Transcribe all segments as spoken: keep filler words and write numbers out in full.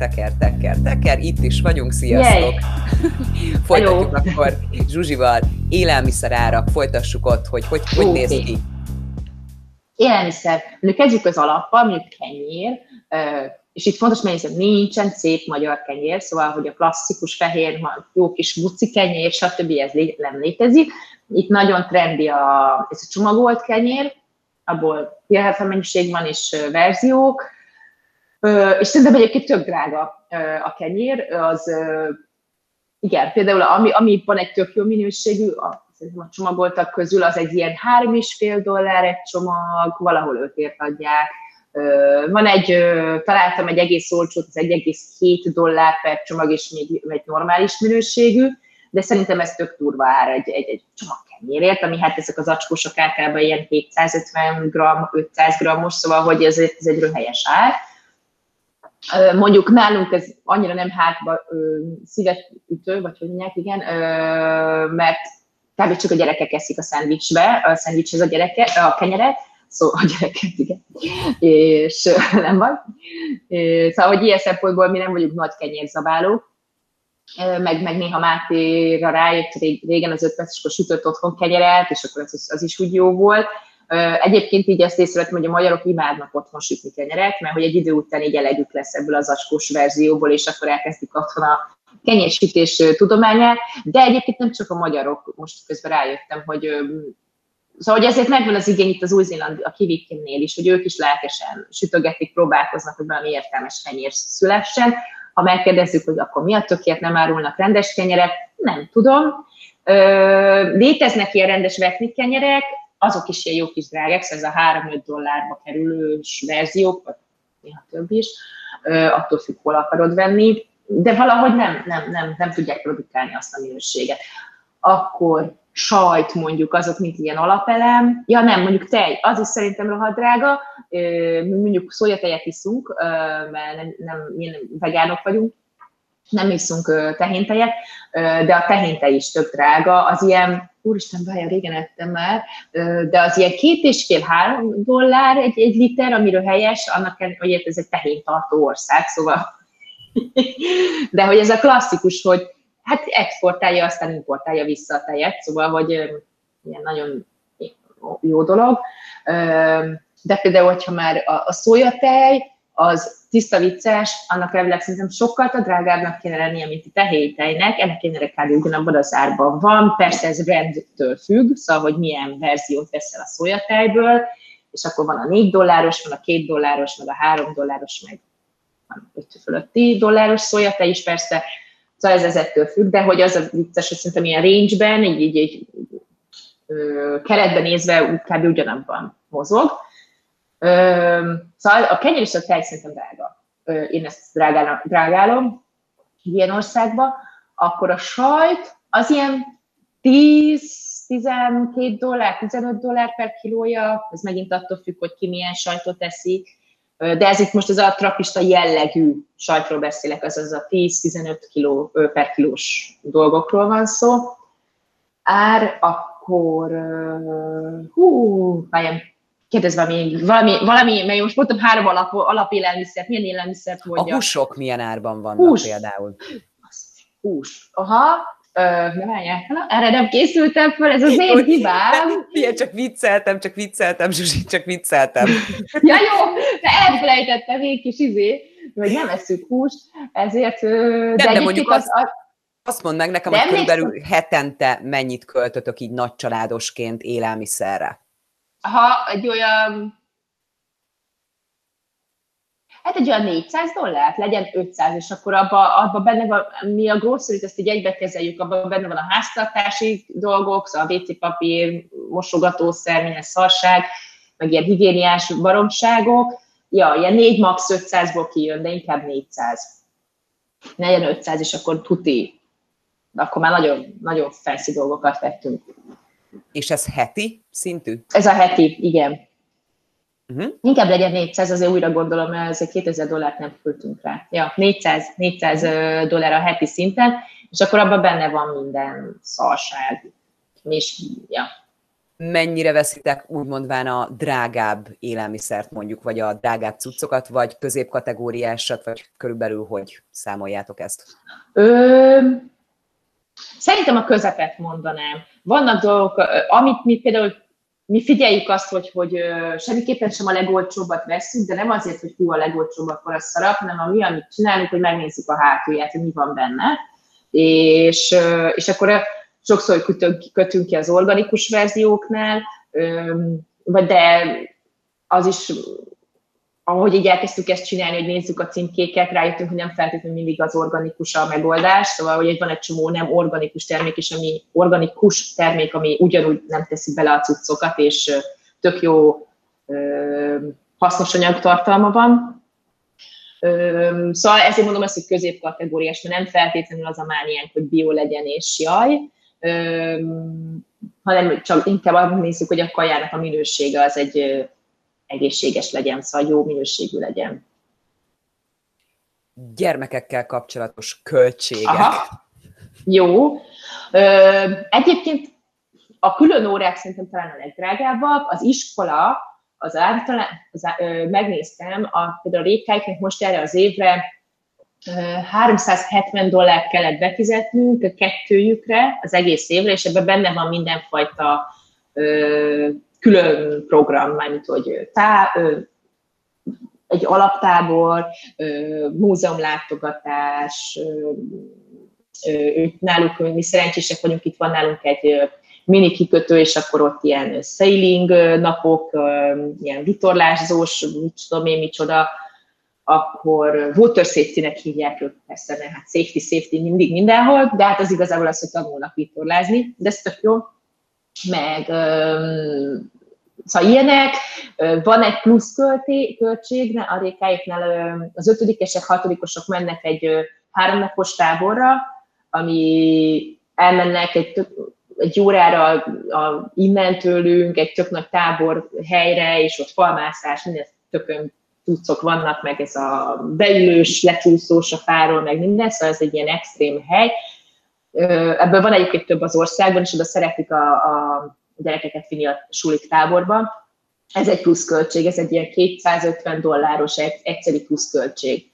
teker, teker, teker, itt is vagyunk, sziasztok! Folytatjuk akkor Zsuzsival, élelmiszerárak, folytassuk ott, hogy hogy, hogy okay. néz ki. Élelmiszer. Mondjuk kezdjük az alappal, mondjuk kenyér, és itt fontos megjegyzem, nincsen szép magyar kenyér, szóval, hogy a klasszikus fehér, jó kis buci kenyér, stb. Ez nem létezik. Itt nagyon trendi a, ez a csomagolt kenyér, abból hihetetlen mennyiség van, és verziók, és szerintem egyébként tök drága a kenyér, az igen, például ami, ami van egy tök jó minőségű, a, a csomagoltak közül, az egy ilyen három és fél dollár egy csomag, valahol ötért adják. Van egy, találtam egy egész olcsót, az egy egész hét dollár per csomag, és még egy normális minőségű, de szerintem ez tök durva ár egy, egy, egy csomag kenyérért, ami hát ezek az acskósok általában ilyen kétszázötven gramm, ötszáz grammos, szóval hogy ez, ez egy röhelyes ár. Mondjuk nálunk ez annyira nem hátba szívet ütő, vagy hogy mondják, igen, ö, mert kb. Csak a gyerekek eszik a szendvicsbe, a szendvicshez a, gyereke, a kenyeret, szóval a gyereket, igen, és nem van. Szóval, hogy ilyen szempontból mi nem vagyunk nagy kenyérzabálók, meg, meg néha Mátéra rájött régen az öt perceskor sütött otthon kenyeret, és akkor az, az is úgy jó volt. Egyébként így ezt észrevettem, hogy a magyarok imádnak otthon sütni kenyeret, mert hogy egy idő után így elegük lesz ebből az acskós verzióból, és akkor elkezdik otthon a kenyérsütés tudományát, de egyébként nem csak a magyarok, most közben rájöttem, hogy szóval hogy ezért megvan az igény itt az új-zéland, a kivikinnél is, hogy ők is lelkesen sütögetik, próbálkoznak, hogy valami értelmes kenyér szülessen. Ha megkérdezzük, hogy akkor mi a tökért nem árulnak rendes kenyeret, nem tudom. Léteznek ilyen rendes vetni kenyerek, azok is ilyen jó kis drágák, szóval ez a három-öt dollárba kerülős verziók, vagy néha több is, attól függ, hol akarod venni, de valahogy nem, nem, nem, nem tudják produkálni azt a minőséget. Akkor sajt mondjuk, azok mint ilyen alapelem, ja nem, mondjuk tej, az is szerintem rohadt drága, mondjuk szójatejet iszunk, mert nem, nem, mi nem vegánok vagyunk, nem iszunk tehéntejet, de a tehintej is tök drága, az ilyen, úristen, várjál, régen ettem már, de az ilyen két és fél, három dollár egy, egy liter, amiről helyes, annak, hogy ez egy tehéntartó ország, szóval, de hogy ez a klasszikus, hogy hát exportálja, aztán importálja vissza a tejet, szóval, hogy ilyen nagyon jó dolog, de például, hogyha már a, a szójatej, az tiszta vicces, annak elvileg szerintem sokkal drágábbnak kéne lennie, mint a tehéntejnek, ennek kéne kb. Ugyanabban az árban van, persze ez rendtől függ, szóval, hogy milyen verziót veszel a szójatejből, és akkor van a négy dolláros, van a két dolláros, meg a három dolláros, meg öt fölötti dolláros szójatej is persze, szóval ez ezettől függ, de hogy az a vicces, hogy szerintem ilyen range-ben, így, így, így ö, keretben nézve kb. Ugyanabban mozog. Ö, szóval a kenyér és a tej szerintem drága. Ö, én ezt drágálom, drágálom ilyen országban. Akkor a sajt az ilyen tíz-tizenkét dollár, tizenöt dollár per kilója, ez megint attól függ, hogy ki milyen sajtot eszik. De ez itt most az a trapista jellegű sajtról beszélek, azaz a tíz-tizenöt kiló per kilós dolgokról van szó. Ár, akkor, hú, várjam, kérdezve még valami, valami, mert most mondtam három alap, alapélelmiszert, milyen élelmiszert mondja? A húsok milyen árban vannak hús. Például? Hús, aha. Ö, ne várjál, erre nem készültem fel, ez az én hibám. Ilyen, csak vicceltem, csak vicceltem, Zsuzsi, csak vicceltem. Ja jó, de elfelejtettem én kis izé, hogy nem eszünk húst, ezért... De, de, de mondjuk az, az, azt mondd meg nekem, hogy körülbelül hetente mennyit költötök így nagy családosként élelmiszerre? Ha egy olyan... Hát egy olyan négyszáz dollárt, legyen ötszáz, és akkor abban abba benne van, mi a grocery-t ezt így egybe kezeljük, abban benne van a háztartási dolgok, szóval a vé cé papír, mosogatószer, minden szarság, meg ilyen higiéniás baromságok. Ja, ilyen négy max ötszázból kijön, de inkább négyszáz. Legyen ötszáz, és akkor tuti. De akkor már nagyon, nagyon fancy dolgokat vettünk. És ez heti szintű? Ez a heti, igen. Uh-huh. Inkább legyen négyszáz, azért újra gondolom, mert ezért kétezer dollárt nem küldtünk rá. Ja, négyszáz, négyszáz dollár a heti szinten, és akkor abban benne van minden szarság. És, ja. mennyire veszitek úgymondván a drágább élelmiszert mondjuk, vagy a drágább cuccokat, vagy középkategóriásat, vagy körülbelül hogy számoljátok ezt? Ö, szerintem a közepet mondanám. Vannak dolgok, amit mi például mi figyeljük azt, hogy, hogy semmiképpen sem a legolcsóbbat vesszük, de nem azért, hogy hú, a legolcsóbb, akkor az szarap, hanem a mi, amit csinálunk, hogy megnézzük a hátulját, hogy mi van benne. És, és akkor sokszor kötünk, kötünk ki az organikus verzióknál, vagy de az is, ahogy így elkezdtük ezt csinálni, hogy nézzük a címkéket, rájöttünk, hogy nem feltétlenül mindig az organikus a megoldás, szóval hogy van egy csomó nem organikus termék, és ami organikus termék, ami ugyanúgy nem teszi bele a cuccokat, és tök jó hasznos anyagtartalma van. Szóval ezért mondom azt, hogy középkategóriás, mert nem feltétlenül az a mániánk, hogy bio legyen és jaj, hanem csak inkább azt nézzük, hogy a kajának a minősége az egy egészséges legyen, szóval jó minőségű legyen. Gyermekekkel kapcsolatos költségek. Aha. Jó. Egyébként a külön órák szerintem talán a legdrágábbak. Az iskola, az általán, az, ö, megnéztem, a, például a Rékáiknek most erre az évre ö, háromszázhetven dollárt kellett befizetnünk a kettőjükre az egész évre, és ebben benne van mindenfajta ö, külön program, mármint, hogy tá, ö, egy alaptábor, ö, múzeumlátogatás, ö, ö, náluk mi szerencsések vagyunk, itt van nálunk egy ö, mini kikötő, és akkor ott ilyen sailing napok, ilyen vitorlázós, mit tudom én, micsoda, akkor water safety-nek hívják ők, persze, mert hát safety, safety mindig mindenhol, de hát az igazából az, hogy tanulnak vitorlázni, de ez tök jó. Meg, szóval ilyenek, van egy plusz költség, a Rékáiknál az ötödikesek, hatodikosok mennek egy háromnapos táborra, ami elmennek egy egy órára a, innen tőlünk, egy tök nagy tábor helyre, és ott falmászás, minden tökön cuccok vannak, meg ez a beülős, lecsúszós a fáról, meg minden, szóval ez egy ilyen extrém hely. Ebből van egyébként több az országban, és oda szeretik a, a gyerekeket vinni a sulik táborba. Ez egy pluszköltség, ez egy ilyen kétszázötven dolláros egy, egyszeri pluszköltség.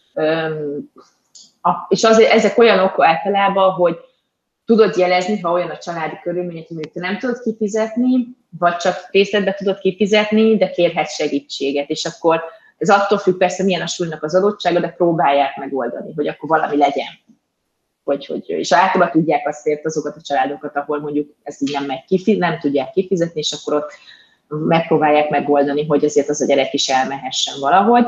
És azért, ezek olyanok általában, hogy tudod jelezni, ha olyan a családi körülmények, hogy te nem tudod kifizetni, vagy csak részletben tudod kifizetni, de kérhetsz segítséget. És akkor ez attól függ persze, milyen a súlynak az adottsága, de próbálják megoldani, hogy akkor valami legyen. Hogy, hogy, és általában tudják azt azokat a családokat, ahol mondjuk ez így nem megy kifizetni, nem tudják kifizetni, és akkor ott megpróbálják megoldani, hogy azért az a gyerek is elmehessen valahogy.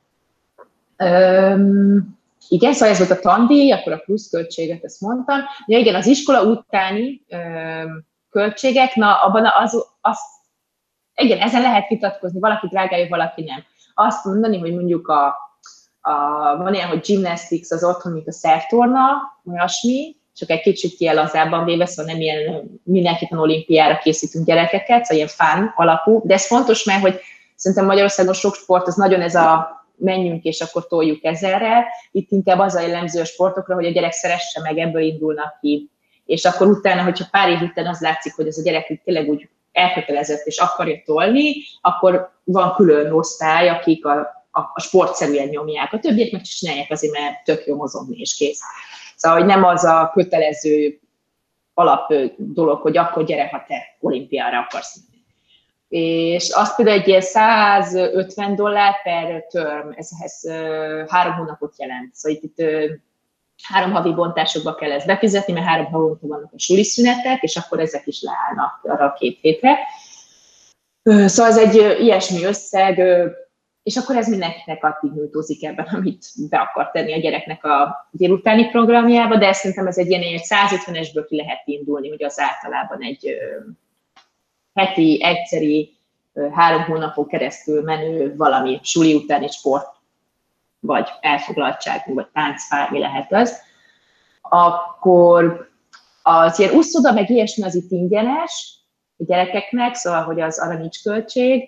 Öm, Igen, szóval ez volt a tandíj, akkor a pluszköltséget, ezt mondtam. Ja, igen, az iskola utáni ö, költségek, na abban az, az, igen, ezen lehet vitatkozni, valaki drágája, valaki nem. Azt mondani, hogy mondjuk a, a, van ilyen, hogy gymnastics az otthon, mint a szertorna, olyasmi, csak egy kicsit ilyen lazábban véve, szóval nem ilyen mindenképpen olimpiára készítünk gyerekeket, szóval ilyen fun alapú, de ez fontos, mert hogy szerintem Magyarországon sok sport, az nagyon ez a menjünk és akkor toljuk ezerre. Itt inkább az a jellemző a sportokra, hogy a gyerek szeresse meg, ebből indulnak ki. És akkor utána, hogyha pár év után az látszik, hogy ez a gyerek tényleg úgy elkötelezett és akarja tolni, akkor van külön osztály, akik a, a, a sportszerűen nyomják. A többiek meg csinálják azért, mert tök jó mozogni és kész. Szóval, hogy nem az a kötelező alap dolog, hogy akkor gyere, ha te olimpiára akarsz. És azt például egy ilyen százötven dollár per term, ez, ez három hónapot jelent. Szóval itt, itt három havi bontásokba kell ezt befizetni, mert három havonta vannak a suliszünetek, és akkor ezek is leállnak arra a két hétre. Szóval ez egy ilyesmi összeg, és akkor ez mindenkinek addig nyújtózik ebben, amit be akar tenni a gyereknek a délutáni programjába, de szerintem ez egy ilyen egy százötvenesből ki lehet indulni, hogy az általában egy heti, egyszeri, három hónapon keresztül menő valami suli utáni sport, vagy elfoglaltság, vagy tánc, bármi lehet az. Akkor az ilyen úszoda, meg ilyesmi az itt ingyenes a gyerekeknek, szóval, hogy az arra nincs költség.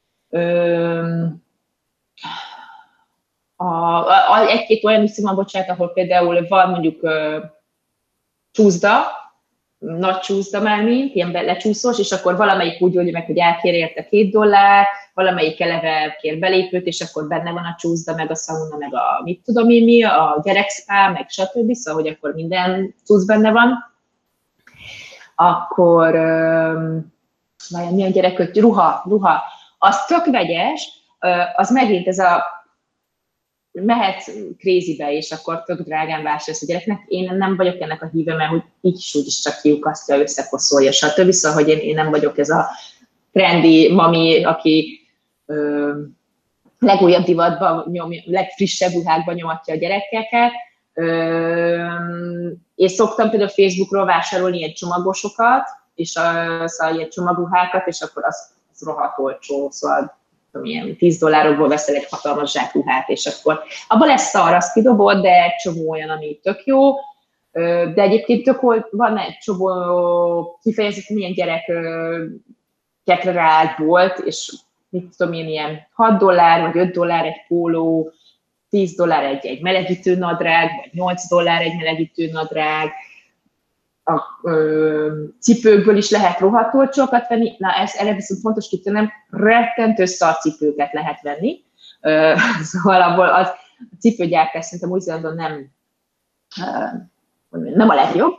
A, a, egy-két olyan úszoda van, bocsánat, ahol például van mondjuk csúszda, nagy csúszda már mint, ilyen lecsúszós, és akkor valamelyik úgy oldja meg, hogy elkér érte két dollár, valamelyik eleve kér belépőt, és akkor benne van a csúszda, meg a szauna, meg a mit tudom én mi, a gyerekszpá, meg stb. Szóval, hogy akkor minden cucc benne van. Akkor, vajon mi a gyerek, ruha, ruha, az tök vegyes, az megint ez a mehet crazybe, és akkor tök drágán vásárolsz a gyereknek. Én nem vagyok ennek a híve, mert hogy így is úgy is csak kiukasztja, összekoszolja, stb. Szóval, hogy én, én nem vagyok ez a trendy mami, aki ö, legújabb divatban nyomja, legfrissebb ruhákban nyomatja a gyerekeket. Ö, és szoktam például Facebookról vásárolni ilyen csomagosokat, és a, szóval ilyen csomagruhákat, és akkor az, az rohadt olcsó, szóval ilyen tíz dollárokból veszel egy hatalmas zsákruhát, és akkor abban lesz szar, azt kidobod, de egy csomó olyan, ami tök jó, de egyébként tök van egy csomó kifejezetten ilyen gyerekekre ráállt bolt, és mit tudom én, ilyen hat dollár, vagy öt dollár egy póló, tíz dollár egy, egy melegítő nadrág, vagy nyolc dollár egy melegítő nadrág, a ö, cipőkből is lehet rohadt olcsókat venni, na ez erre viszont fontos kitennem, rettentő szarcipőket lehet venni, ö, szóval abból az a cipőgyártás szerintem Új-Zélandon nem, ö, nem a legjobb,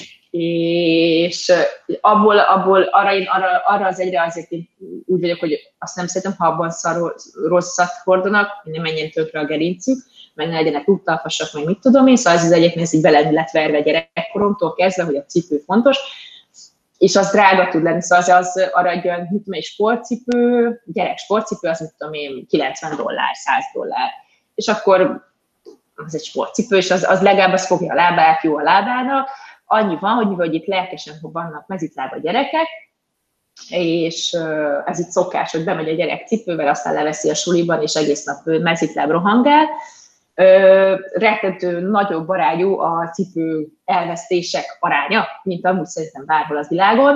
és abból, abból arra, én, arra, arra az egyre azért én úgy vagyok, hogy azt nem szeretem, ha abban szar, rosszat hordanak, hogy nem menjen tönkre a gerincük, meg ne legyenek úttalpasak, meg mit tudom én, szóval ez az egyébként ez így bele lett verve gyerekkoromtól kezdve, hogy a cipő fontos, és az drága tud lenni, szóval az, az arra egy olyan, mit tudom én, sportcipő, gyerek sportcipő, az mit tudom én, kilencven dollár, száz dollár, és akkor az egy sportcipő, és az, az legalább az fogja a lábát, jó a lábának, annyi van, hogy mivel itt lelkesen vannak mezitlába gyerekek, és ez itt szokás, hogy bemegy a gyerek cipővel, aztán leveszi a suliban, és egész nap mezitláb rohangál. Rettentő nagyobb arányú a cipő elvesztések aránya, mint amúgy szerintem bárhol az világon.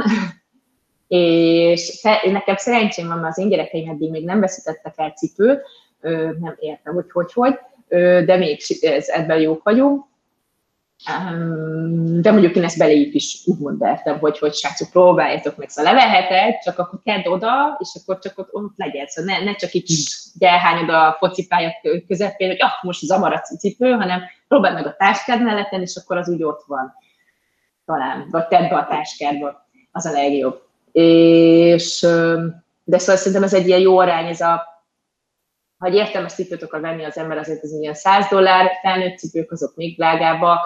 És fe, nekem szerencsém van, mert az én gyerekeim eddig még nem veszítettek el cipőt, nem értem, hogy hogy, hogy de még ez, ebben jók vagyunk. De mondjuk én ezt beléjük is úgymond vertem, hogy, hogy srácok, próbáljátok meg, szóval leveheted, csak akkor tedd oda, és akkor csak ott, ott legyen, szóval ne, ne csak így elhányod a focipálya közepén, hogy ah, most zamar a cipő, hanem próbáld meg a táskád melletten, és akkor az úgy ott van. Talán, vagy tedd be a táskádba, az a legjobb. És, de szóval szerintem ez egy ilyen jó arány, ez a ha egy értelmes cipőt akar venni az ember, azért ez ilyen száz dollár, felnőtt cipők azok még drágábbak,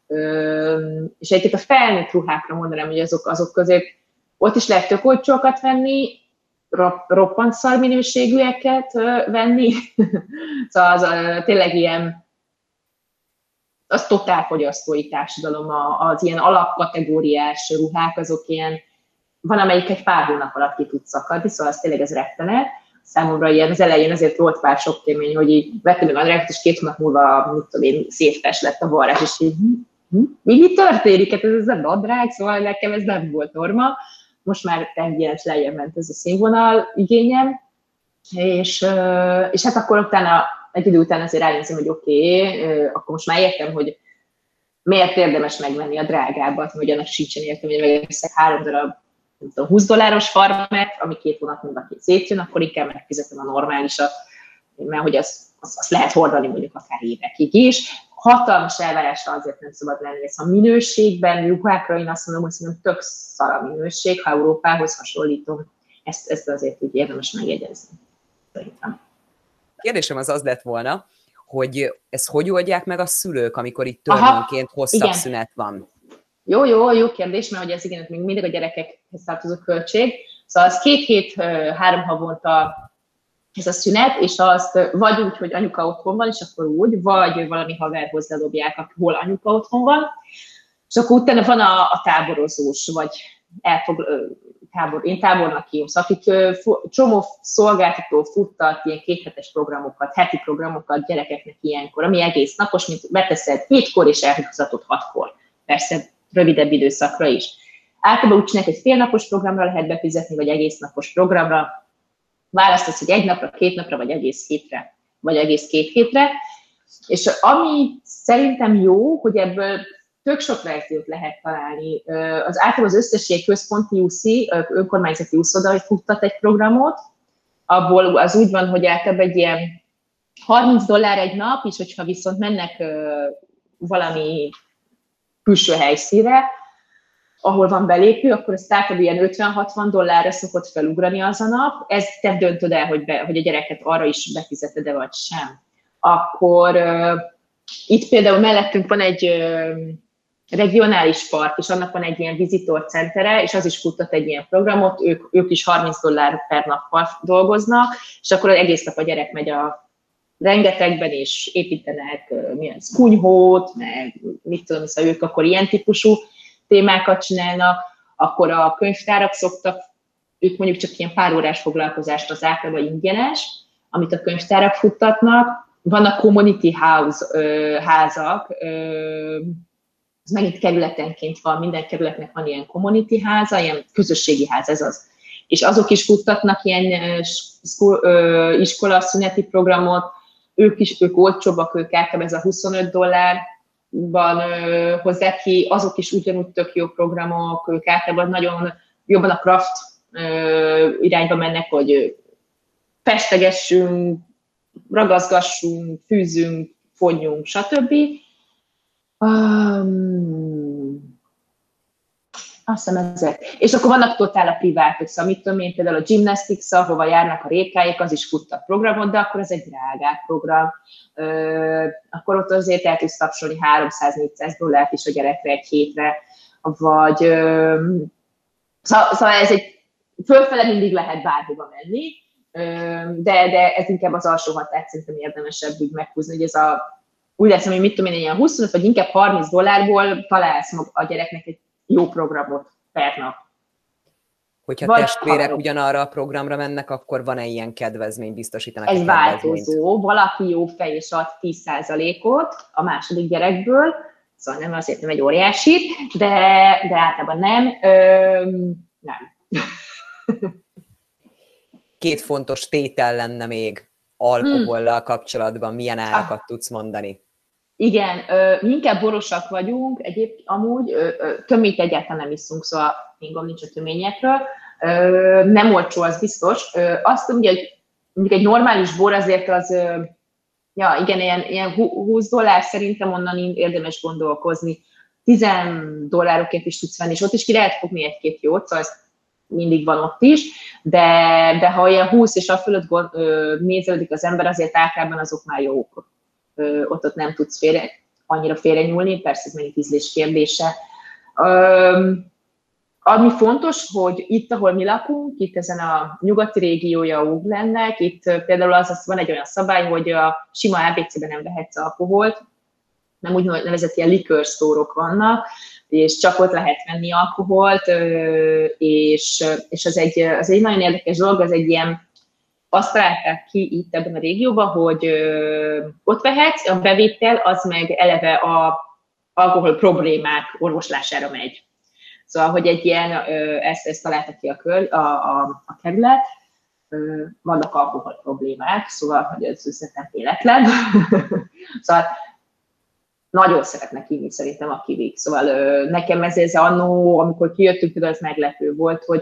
és egyébként a felnőtt ruhákra mondanám, hogy azok, azok közé ott is lehet tök olcsókat venni, roppant szar minőségűeket venni, szóval az a, tényleg ilyen, az totál fogyasztói társadalom, az ilyen alapkategóriás ruhák, azok ilyen, van amelyik egy pár hónap alatt ki tud szakadni, szóval az tényleg ez rettenet. Számomra ilyen az elején azért volt pár sok kémény, hogy így vettem meg a nadrágot, és két hónap múlva, mit tudom én, szétfes lett a varrás, és így, hm, hm, mi, mi történik? Hát ez, ez a nadrág, szóval nekem ez nem volt norma. Most már egyenes lejjebb ment ez a színvonal igényem, és, és hát akkor utána, egy idő után azért rájöttem, hogy oké, okay, akkor most már értem, hogy miért érdemes megvenni a drágábbat, hogy annak sincsen értem, hogy megveszek három darab nem tudom, húsz dolláros farmet, ami két hónap múlva szétjön, akkor inkább megfizetem a normálisat, mert hogy azt az, az lehet hordani mondjuk akár évekig is. Hatalmas elvárásra azért nem szabad lenni, ez a minőségben, ruhákra én azt mondom, hogy szerintem tök szar a minőség, ha Európához hasonlítom, ezt, ezt azért úgy érdemes megjegyezni. Szerintem. Kérdésem az az lett volna, hogy ezt hogy oldják meg a szülők, amikor itt törvényként hosszabb igen. szünet van? Jó, jó, jó kérdés, mert ugye ez igen, még mindig a gyerekekhez tartozó költség. Szóval az két hét, három havonta ez a szünet, és azt vagy úgy, hogy anyuka otthon van, és akkor úgy, vagy valami haverhoz ledobják, ahol anyuka otthon van, és akkor utána van a, a táborozós, vagy elfog, tábor, én tábornak hívom, szóval akik csomó szolgáltató futtat ilyen kéthetes programokat, heti programokat gyerekeknek ilyenkor, ami egész napos, mint beteszed hétkor, és elhúzhatod hatkor. Persze rövidebb időszakra is. Általában úgy csinálják, hogy félnapos programra lehet befizetni, vagy egész napos programra. Választasz, hogy egy napra, két napra, vagy egész hétre, vagy egész két hétre. És ami szerintem jó, hogy ebből tök sok verziót lehet találni. Az általában az összes ilyen központi u cé, önkormányzati úszoda, hogy futtat egy programot, abból az úgy van, hogy általában egy ilyen harminc dollár egy nap, és hogyha viszont mennek valami külső helyszínre, ahol van belépő, akkor ezt általában ilyen ötven-hatvan dollárra szokott felugrani az a nap. Ez te döntöd el, hogy, be, hogy a gyereket arra is befizeted-e vagy sem. Akkor uh, itt például mellettünk van egy uh, regionális park, és annak van egy ilyen visitorcentere, és az is futtat egy ilyen programot, ők, ők is harminc dollár per nappal dolgoznak, és akkor egész nap a gyerek megy a rengetegben, és építenek uh, milyen kunyhót, meg mit tudom, szóval ők akkor ilyen típusú témákat csinálnak, akkor a könyvtárak szoktak, ők mondjuk csak ilyen pár órás foglalkozást az általában ingyenes, amit a könyvtárak futtatnak. Vannak community house ö, házak, ö, ez megint kerületenként van, minden kerületnek van ilyen community háza, ilyen közösségi ház, ez az. És azok is futtatnak ilyen ö, iskola szüneti programot, ők is, ők olcsóbbak, ők általában ez a huszonöt dollár, van ö, hozzá ki, azok is ugyanúgy tök jó programok, ők általában nagyon jobban a craft ö, irányba mennek, hogy festegessünk, ragaszgassunk, fűzünk, fonjunk, stb. Um, azt hiszem ezek. És akkor vannak totál a privátok, szóval mit tudom én, például a gymnastics, ahova járnak a rékáik, az is futtat programot, de akkor ez egy drágább program. Uh, akkor ott azért el tudsz tapsolni háromszáz-négyszáz dollárt is a gyerekre egy hétre, vagy uh, szóval, szóval ez egy, fölfele mindig lehet bárhova menni, uh, de, de ez inkább az alsó határt szerintem érdemesebb úgy meghúzni, hogy ez a, úgy lesz, hogy mit tudom én, ilyen huszonöt vagy inkább harminc dollárból találsz a gyereknek egy jó programot per nap. Hogyha vagy testvérek ha ugyanarra a programra mennek, akkor van-e ilyen kedvezmény, biztosítanak? Ez változó. Valaki jó fej és ad tíz százalékot a második gyerekből, szóval nem azért nem egy óriási, de, de általában nem. Ö, nem. Két fontos tétel lenne még alkohollal kapcsolatban. Milyen árakat ah. tudsz mondani? Igen, mi inkább borosak vagyunk, egyébként amúgy töményt egyáltalán nem iszunk, szóval fingom nincs a töményekről. Nem olcsó, az biztos. Azt mondja, hogy mondjuk egy normális bor azért az, ja igen, ilyen, ilyen húsz dollár szerintem onnan érdemes gondolkozni. tíz dollárokért is tudsz venni, és ott is ki lehet fogni egy-két jót, szóval ez mindig van ott is, de, de ha ilyen húsz és a fölött nézelődik az ember, azért általában azok már jók. Ott, ott nem tudsz félre, annyira félre nyúlni, persze ez megint ízlés kérdése. Um, ami fontos, hogy itt, ahol mi lakunk, itt ezen a nyugati régiója Oaklandnek, itt például az, az van egy olyan szabály, hogy a sima á bé cében nem vehetsz alkoholt, nem úgy nevezett ilyen liquor store-ok vannak, és csak ott lehet venni alkoholt, és, és az, egy, az egy nagyon érdekes dolog, az egy ilyen, azt találták ki itt ebben a régióban, hogy ö, ott vehetsz, a bevétel az meg eleve a alkohol problémák orvoslására megy. Szóval, hogy egy ilyen, ö, ezt, ezt találtak ki a, kör, a, a, a kerület, ö, vannak alkohol problémák, szóval, hogy ez összetett véletlen. Szóval nagyon szeretnek inni szerintem a kivik. Szóval ö, nekem ez, ez annó, amikor kijöttünk, például ez meglepő volt, hogy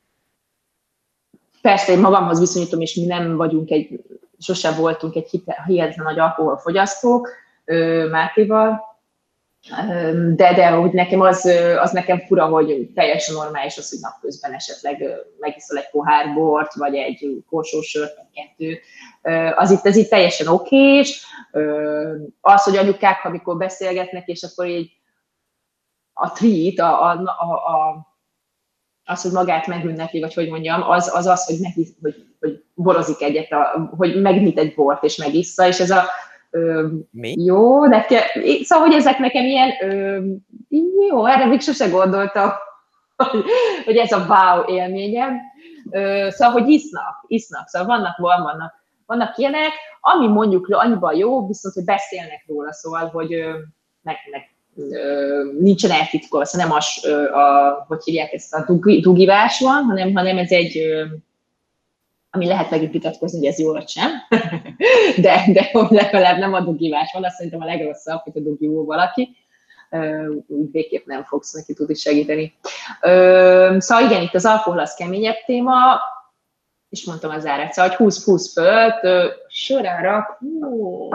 persze én magamhoz viszonyítom, és mi nem vagyunk egy, sosem voltunk egy hihetetlen nagy alkoholfogyasztók Mátéval, de, de hogy nekem az, az nekem fura, hogy teljesen normális az, hogy napközben esetleg megiszol egy pohár bort, vagy egy korsósört, vagy kettőt. Az itt, ez itt teljesen okés. Az, hogy anyukák, amikor beszélgetnek, és akkor így a treat, a, a, a, a az, hogy magát megünnepli, vagy hogy mondjam, az az, az hogy, megis, hogy, hogy borozik egyet, a, hogy megnyit egy bort és megissza, és ez a ö, jó, nekem, szóval, hogy ezek nekem ilyen ö, jó, erre még sose gondoltam, hogy, hogy ez a wow élményem. Ö, szóval, hogy isznak, isznak, szóval vannak, vannak, vannak ilyenek, ami mondjuk annyiban jó, viszont, hogy beszélnek róla, szóval, hogy ö, meg, meg nincsen eltitkolva, szóval nem az, a, hogy hívják ezt a dugi, dugivás van, hanem, hanem ez egy, ami lehet megint vitatkozni, hogy ez jó vagy sem, de, de legalább nem a dugivás van, azt szerintem a legrosszabb, hogy a dugivó valaki. úgy végképp nem fogsz neki tudni segíteni. Szóval igen, itt az alkohol az keményebb téma, és mondtam az árát, szóval, hogy húsz-húsz fölött, sorára, hú,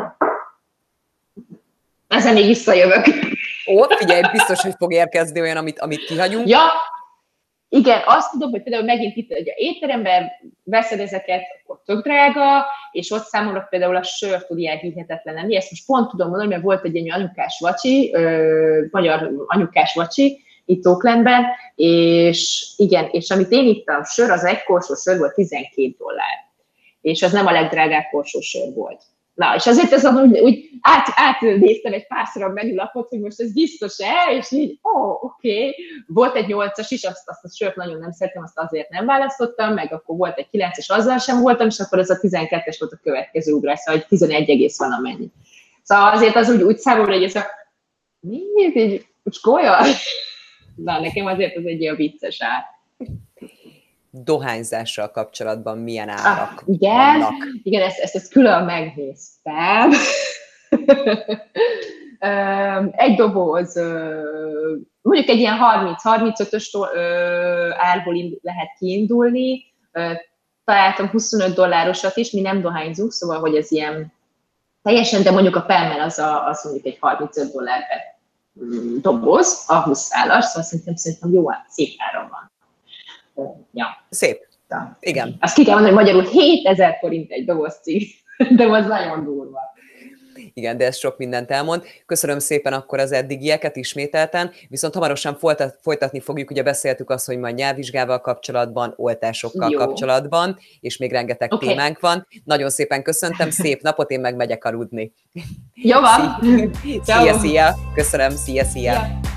ezen még visszajövök. Ó, figyelj, biztos, hogy fog érkezni olyan, amit, amit kihagyunk. Ja, igen, azt tudom, hogy például megint itt egy étteremben veszed ezeket, akkor tök drága, és ott számomra például a sör tud ilyen hihetetlen lenni. Ezt most pont tudom mondani, mert volt egy ilyen anyukás vacsi, ö, magyar anyukás vacsi, itt Oaklandben, és igen, és amit én ittam, sör, az egy korsó sör volt tizenkét dollár. És az nem a legdrágább korsó sör volt. Na, és azért ez úgy, úgy át, átnéztem egy párszor a menülapot, hogy most ez biztos-e, és így, ó, oh, oké. Okay. Volt egy nyolcas is, azt, azt a sört nagyon nem szeretem, azt azért nem választottam, meg akkor volt egy kilences, azzal sem voltam, és akkor ez a tizenkettes volt a következő ugrás, szóval hogy tizenegy egész van amennyi. Szóval azért az úgy, úgy számomra, hogy ez a, mi, így, most golya? Na, nekem azért az egy ilyen vicces ár. Dohányzással kapcsolatban milyen árak ah, igen, vannak? Igen, ezt, ezt, ezt külön megnéztem. Egy doboz, mondjuk egy ilyen harminc-harmincötös árból lehet kiindulni. Találtam huszonöt dollárosat is, mi nem dohányzunk, szóval, hogy ez ilyen teljesen, de mondjuk a Pelmel az, a, az mondjuk egy harmincöt dollár per doboz, a húsz szálas, szóval szerintem, szerintem jó, szép ára van. Ja. Szép. Igen. Azt ki kell mondani, hogy magyarul hétezer forint egy doboz cig, de az nagyon durva. Igen, de ez sok mindent elmond. Köszönöm szépen akkor az eddigieket ismételten, viszont hamarosan folytatni fogjuk, ugye beszéltük azt, hogy majd nyelvvizsgával kapcsolatban, oltásokkal Jó. kapcsolatban, és még rengeteg okay. témánk van. Nagyon szépen köszöntem, szép napot, én meg megyek aludni. Jó van! Szia, szia! Köszönöm, szia, szia! Ja.